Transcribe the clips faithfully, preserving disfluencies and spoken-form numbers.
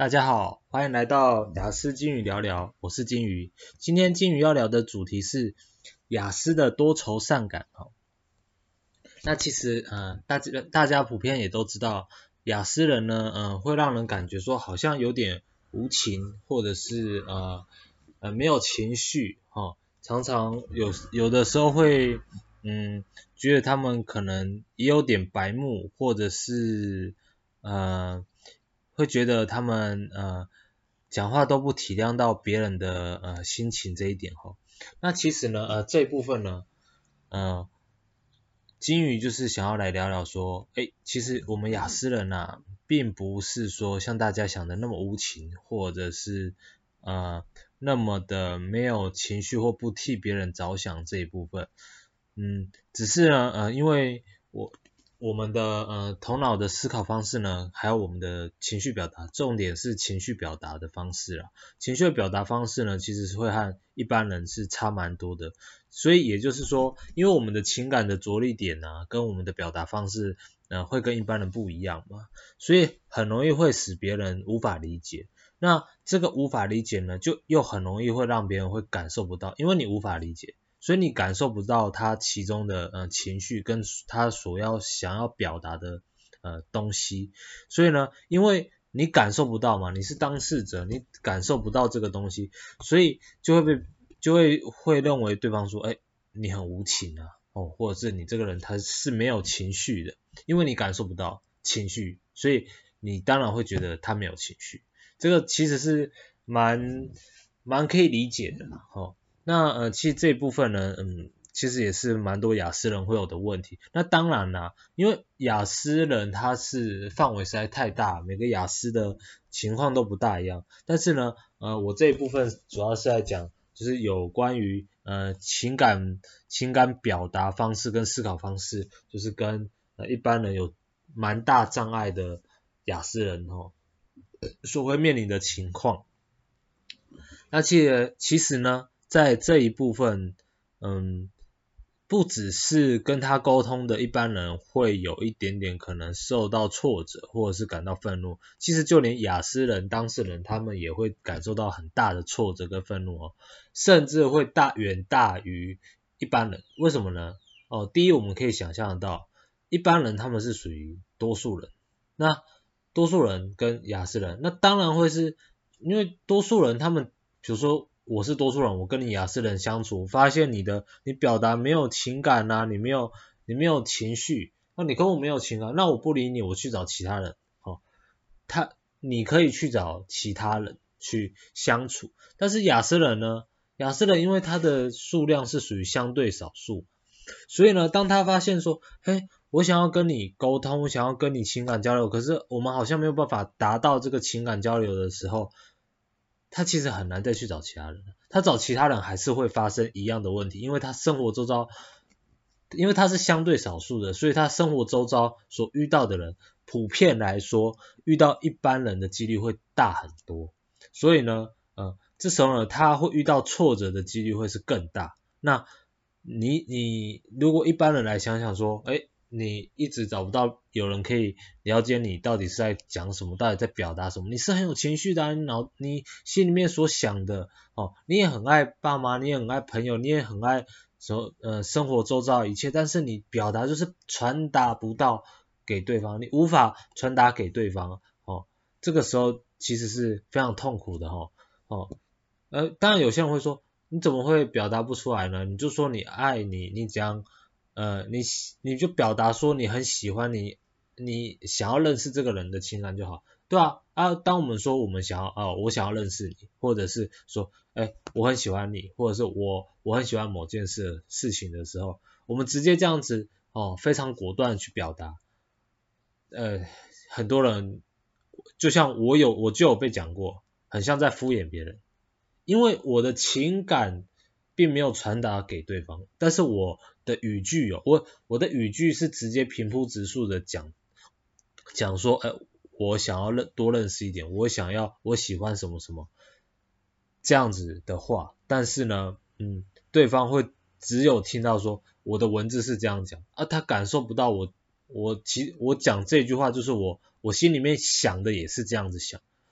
大家好，欢迎来到雅思金鱼聊聊，我是金鱼。今天金鱼要聊的主题是雅思的多愁善感。那其实呃大家大家普遍也都知道，雅思人呢，呃会让人感觉说好像有点无情，或者是呃呃没有情绪，哦，常常有有的时候会嗯觉得他们可能也有点白目，或者是呃会觉得他们呃讲话都不体谅到别人的呃心情这一点哈。那其实呢呃这一部分呢呃金鱼就是想要来聊聊说，诶，其实我们雅思人啊，并不是说像大家想的那么无情，或者是呃那么的没有情绪或不替别人着想这一部分。嗯，只是呢，呃，因为我我们的呃头脑的思考方式呢，还有我们的情绪表达，重点是情绪表达的方式啦。情绪的表达方式呢，其实是会和一般人是差蛮多的。所以也就是说，因为我们的情感的着力点啊，跟我们的表达方式，呃，会跟一般人不一样嘛，所以很容易会使别人无法理解。那这个无法理解呢，就又很容易会让别人会感受不到，因为你无法理解。所以你感受不到他其中的呃情绪跟他所要想要表达的呃东西，所以呢，因为你感受不到嘛，你是当事者，你感受不到这个东西，所以就会被就会会认为对方说，哎，你很无情啊，哦，或者是你这个人他是没有情绪的，因为你感受不到情绪，所以你当然会觉得他没有情绪，这个其实是蛮蛮可以理解的啦，哦。那呃，其实这一部分呢，嗯，其实也是蛮多雅思人会有的问题。那当然啦，因为雅思人他是范围实在太大，每个雅思的情况都不大一样。但是呢，呃，我这一部分主要是在讲，就是有关于呃情感情感表达方式跟思考方式，就是跟呃一般人有蛮大障碍的雅思人哦，所会面临的情况。那其实其实呢，在这一部分，嗯，不只是跟他沟通的一般人会有一点点可能受到挫折，或者是感到愤怒，其实就连雅思人当事人他们也会感受到很大的挫折跟愤怒哦，甚至会大远大于一般人。为什么呢？哦，第一我们可以想象得到，一般人他们是属于多数人，那多数人跟雅思人，那当然会是因为多数人他们比如说我是多数人，我跟你雅思人相处，发现你的你表达没有情感啊，你没有你没有情绪，那你跟我没有情感，那我不理你，我去找其他人，哦，他你可以去找其他人去相处，但是雅思人呢，雅思人因为他的数量是属于相对少数，所以呢，当他发现说，嘿，我想要跟你沟通，我想要跟你情感交流，可是我们好像没有办法达到这个情感交流的时候，他其实很难再去找其他人，他找其他人还是会发生一样的问题，因为他生活周遭，因为他是相对少数的，所以他生活周遭所遇到的人，普遍来说，遇到一般人的几率会大很多，所以呢，呃，这时候呢，他会遇到挫折的几率会是更大。那你你如果一般人来想想说，哎，你一直找不到有人可以了解你到底是在讲什么，到底在表达什么，你是很有情绪的啊，你脑你心里面所想的哦，你也很爱爸妈，你也很爱朋友，你也很爱所呃生活周遭的一切，但是你表达就是传达不到给对方，你无法传达给对方哦，这个时候其实是非常痛苦的哦哦，呃，当然有些人会说，你怎么会表达不出来呢？你就说你爱你，你讲，呃，你你就表达说你很喜欢你，你想要认识这个人的情感就好，对啊，啊，当我们说我们想要啊，我想要认识你，或者是说，哎，我很喜欢你，或者是我我很喜欢某件事事情的时候，我们直接这样子哦，非常果断去表达，呃，很多人就像我有我就有被讲过，很像在敷衍别人。因为我的情感并没有传达给对方，但是我的语句哦，我我的语句是直接平铺直述的讲讲说，哎，我想要认多认识一点，我想要我喜欢什么什么这样子的话，但是呢，嗯，对方会只有听到说我的文字是这样讲，啊，他感受不到我我其我讲这句话就是我我心里面想的也是这样子想，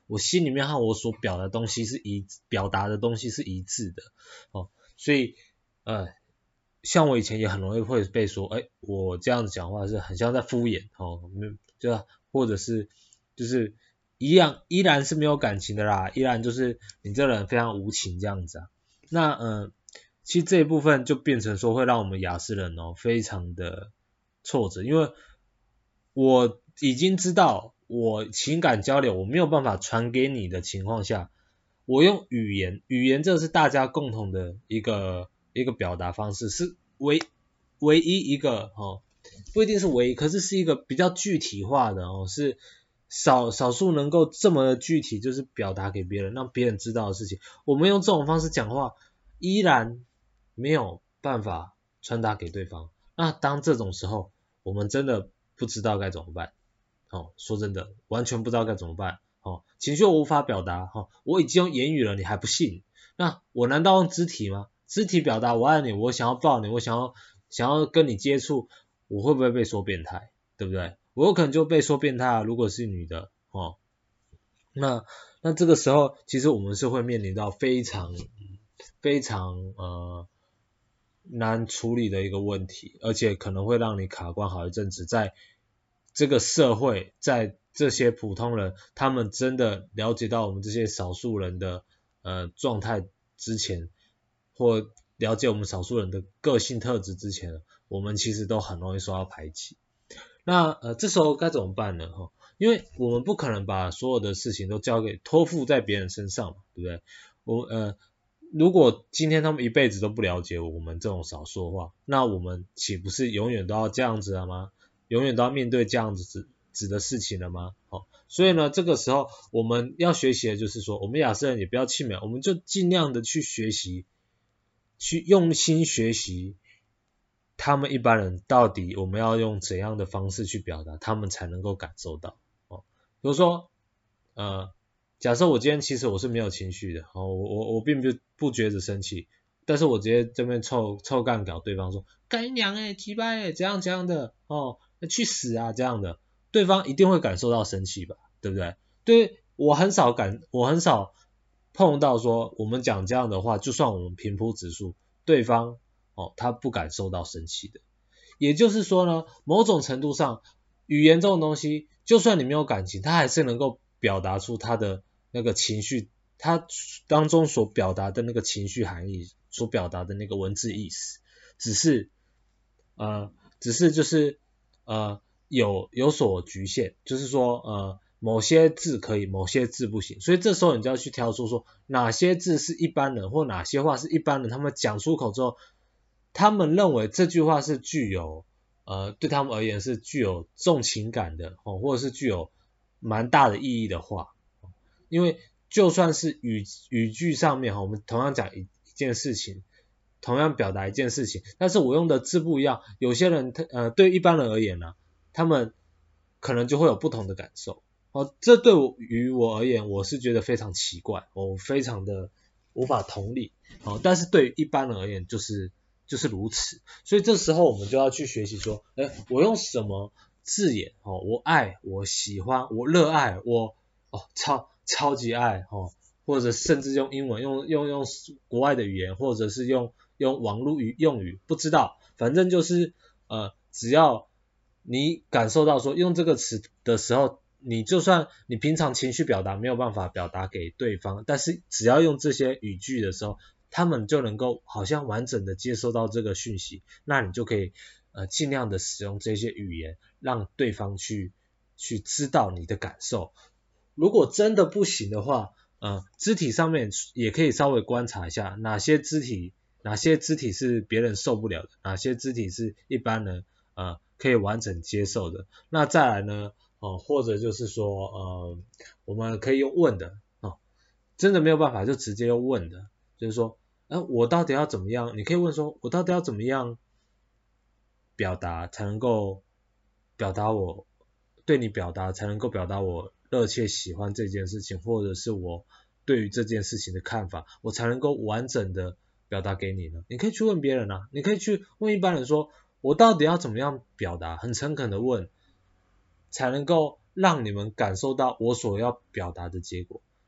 我心里面和我所表达的东西是一表达的东西是一致的哦，所以呃，像我以前也很容易会被说，哎，我这样子讲话是很像在敷衍哦，就或者是就是一样依然是没有感情的啦，依然就是你这人非常无情这样子啊。那呃，其实这一部分就变成说会让我们亚斯人哦非常的挫折，因为我已经知道我情感交流我没有办法传给你的情况下，我用语言，语言这是大家共同的一个一个表达方式，是唯唯一一个哦，不一定是唯一，可是是一个比较具体化的哦，是少少数能够这么具体，就是表达给别人，让别人知道的事情。我们用这种方式讲话，依然没有办法传达给对方。那当这种时候，我们真的不知道该怎么办。哦，说真的，完全不知道该怎么办。哦，情绪我无法表达，哦，我已经用言语了，你还不信？那我难道用肢体吗？肢体表达我爱你，我想要抱你，我想要想要跟你接触，我会不会被说变态？对不对？我有可能就被说变态啊，如果是女的，哦，那那这个时候，其实我们是会面临到非常非常呃难处理的一个问题，而且可能会让你卡关好一阵子，在这个社会，在这些普通人，他们真的了解到我们这些少数人的呃状态之前，或了解我们少数人的个性特质之前，我们其实都很容易受到排挤。那呃这时候该怎么办呢？哈，因为我们不可能把所有的事情都交给托付在别人身上嘛，对不对？我呃如果今天他们一辈子都不了解我们这种少数的话，那我们岂不是永远都要这样子了吗？永远都要面对这样子子的事情了吗？好，所以呢，这个时候我们要学习的就是说，我们亚斯人也不要气馁，我们就尽量的去学习，去用心学习他们一般人到底我们要用怎样的方式去表达，他们才能够感受到。哦，比如说，呃，假设我今天其实我是没有情绪的，哦，我我我并不不觉得生气，但是我直接这边臭臭干搞对方说，干你娘哎，鸡巴哎，这样这样的，哦，去死啊这样的，对方一定会感受到生气吧，对不对？对，我很少感，我很少碰到说我们讲这样的话，就算我们平铺直述，对方哦他不感受到生气的。也就是说呢，某种程度上，语言这种东西，就算你没有感情，它还是能够表达出他的那个情绪，它当中所表达的那个情绪含义，所表达的那个文字意思，只是呃，只是就是呃有有所局限，就是说呃某些字可以，某些字不行，所以这时候你就要去挑出说哪些字是一般人，或哪些话是一般人他们讲出口之后，他们认为这句话是具有呃对他们而言是具有重情感的哦，或者是具有蛮大的意义的话，因为就算是语语句上面哈，我们同样讲一一件事情。同样表达一件事情，但是我用的字不一样，有些人他呃对一般人而言呢、啊，他们可能就会有不同的感受。哦，这对我于我而言，我是觉得非常奇怪，我非常的无法同理。哦，但是对于一般人而言，就是就是如此。所以这时候我们就要去学习说，哎，我用什么字眼？哦，我爱，我喜欢，我热爱，我哦超超级爱哦。或者甚至用英文，用用用国外的语言，或者是用用网络语用语，不知道，反正就是呃，只要你感受到说用这个词的时候，你就算你平常情绪表达没有办法表达给对方，但是只要用这些语句的时候，他们就能够好像完整的接收到这个讯息，那你就可以呃尽量的使用这些语言，让对方去去知道你的感受。如果真的不行的话，呃，肢体上面也可以稍微观察一下，哪些肢体哪些肢体是别人受不了的，哪些肢体是一般人呃可以完整接受的。那再来呢，哦、呃，或者就是说，呃，我们可以用问的，哦、呃，真的没有办法就直接用问的，就是说，呃，我到底要怎么样？你可以问说，我到底要怎么样表达才能够表达我对你表达才能够表达我热切喜欢这件事情，或者是我对于这件事情的看法，我才能够完整的表达给你呢？你可以去问别人啊，你可以去问一般人说，我到底要怎么样表达，很诚恳的问，才能够让你们感受到我所要表达的结果。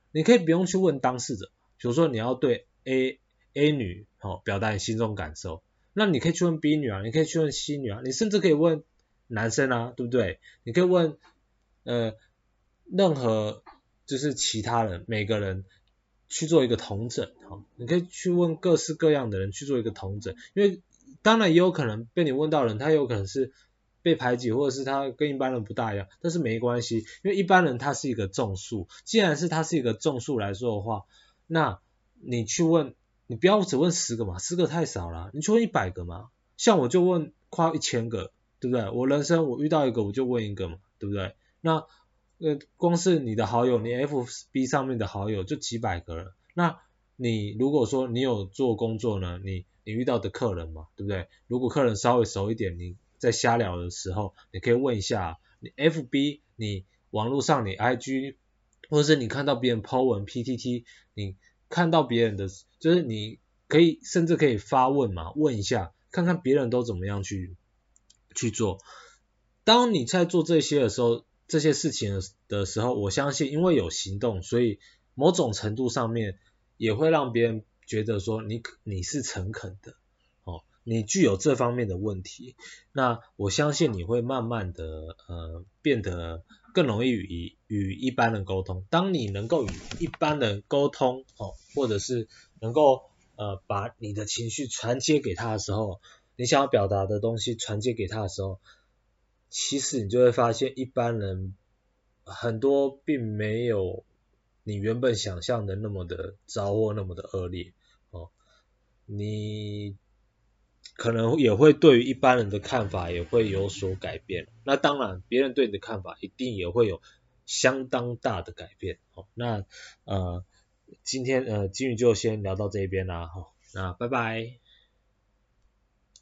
你可以不用去问当事者，比如说你要对 A A 女哦表达你心中感受，那你可以去问 B 女啊，你可以去问 C 女啊，你甚至可以问男生啊，对不对？你可以问呃任何就是其他人，每个人去做一个统整，好，你可以去问各式各样的人去做一个统整，因为当然也有可能被你问到的人，他有可能是被排挤，或者是他跟一般人不大一样，但是没关系，因为一般人他是一个众数，既然是他是一个众数来说的话，那你去问，你不要只问十个嘛，十个太少了，你去问一百个嘛，像我就问快要一千个，对不对？我人生我遇到一个我就问一个嘛，对不对？那呃，光是你的好友，你 F B 上面的好友就几百个了。那你如果说你有做工作呢，你你遇到的客人嘛，对不对？如果客人稍微熟一点，你在瞎聊的时候，你可以问一下，你 F B 你网络上你 I G 或者是你看到别人 po 文 P T T， 你看到别人的，就是你可以甚至可以发问嘛，问一下，看看别人都怎么样去去做。当你在做这些的时候，这些事情的时候，我相信因为有行动，所以某种程度上面也会让别人觉得说你你是诚恳的，哦，你具有这方面的问题，那我相信你会慢慢的呃变得更容易与与一般人沟通。当你能够与一般人沟通，哦，或者是能够呃把你的情绪传接给他的时候，你想要表达的东西传接给他的时候，其实你就会发现一般人很多并没有你原本想象的那么的糟或那么的恶劣哦，你可能也会对于一般人的看法也会有所改变。那当然，别人对你的看法一定也会有相当大的改变。哦，那呃，今天呃金宇就先聊到这边啦，好，那拜拜。